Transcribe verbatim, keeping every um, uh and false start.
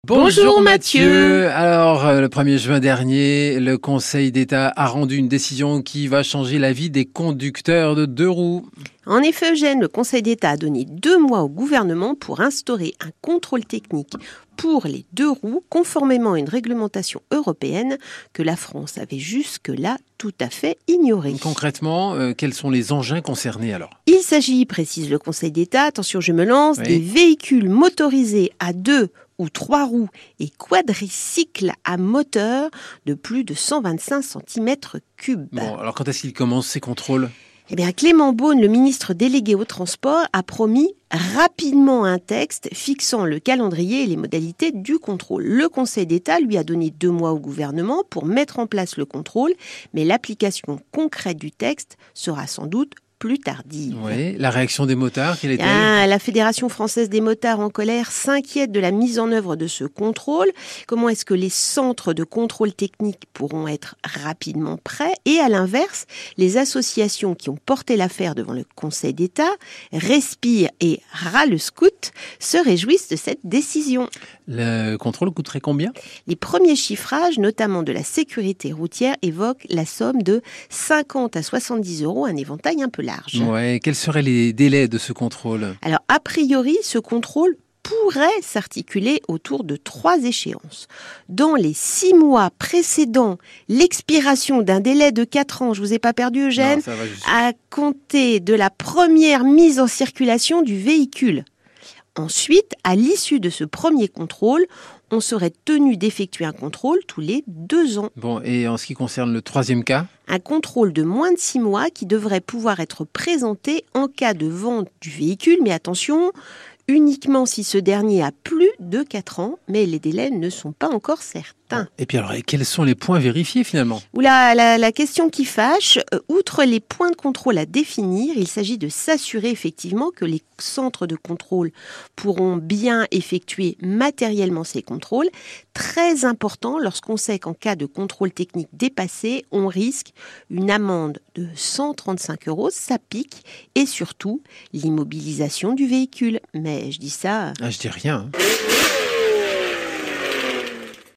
Bonjour, Bonjour Mathieu. Mathieu. Alors, euh, le premier juin dernier, le Conseil d'État a rendu une décision qui va changer la vie des conducteurs de deux roues. En effet, Eugène, le Conseil d'État a donné deux mois au gouvernement pour instaurer un contrôle technique pour les deux roues, conformément à une réglementation européenne que la France avait jusque-là tout à fait ignorée. Concrètement, euh, quels sont les engins concernés alors ? Il s'agit, précise le Conseil d'État, attention je me lance, Oui. des véhicules motorisés à deux ou trois roues et quadricycles à moteur de plus de cent vingt-cinq centimètres cubes. Bon, alors quand est-ce qu'ils commencent ces contrôles ? Eh bien, Clément Beaune, le ministre délégué au transport, a promis rapidement un texte fixant le calendrier et les modalités du contrôle. Le Conseil d'État lui a donné deux mois au gouvernement pour mettre en place le contrôle, mais l'application concrète du texte sera sans doute plus tardive. Oui, la réaction des motards, quelle est-elle ? Ah, la Fédération française des motards en colère s'inquiète de la mise en œuvre de ce contrôle. Comment est-ce que les centres de contrôle technique pourront être rapidement prêts ? Et à l'inverse, les associations qui ont porté l'affaire devant le Conseil d'État, Respire et Ras le Scout, se réjouissent de cette décision. Le contrôle coûterait combien ? Les premiers chiffrages, notamment de la sécurité routière, évoquent la somme de cinquante à soixante-dix euros, un éventail un peu large. Ouais, quels seraient les délais de ce contrôle ? Alors, a priori, ce contrôle pourrait s'articuler autour de trois échéances. Dans les six mois précédant l'expiration d'un délai de quatre ans, je vous ai pas perdu Eugène, Non, ça va, je suis- à compter de la première mise en circulation du véhicule. Ensuite, à l'issue de ce premier contrôle, on serait tenu d'effectuer un contrôle tous les deux ans. Bon, et en ce qui concerne le troisième cas ? Un contrôle de moins de six mois qui devrait pouvoir être présenté en cas de vente du véhicule, mais attention, uniquement si ce dernier a plus de quatre ans, mais les délais ne sont pas encore certains. Et puis alors, et quels sont les points vérifiés finalement ? Oula, la, la question qui fâche, euh, outre les points de contrôle à définir, il s'agit de s'assurer effectivement que les centres de contrôle pourront bien effectuer matériellement ces contrôles. Très important lorsqu'on sait qu'en cas de contrôle technique dépassé, on risque une amende de cent trente-cinq euros, ça pique, et surtout l'immobilisation du véhicule. Mais je dis ça... Ah, je dis rien. hein.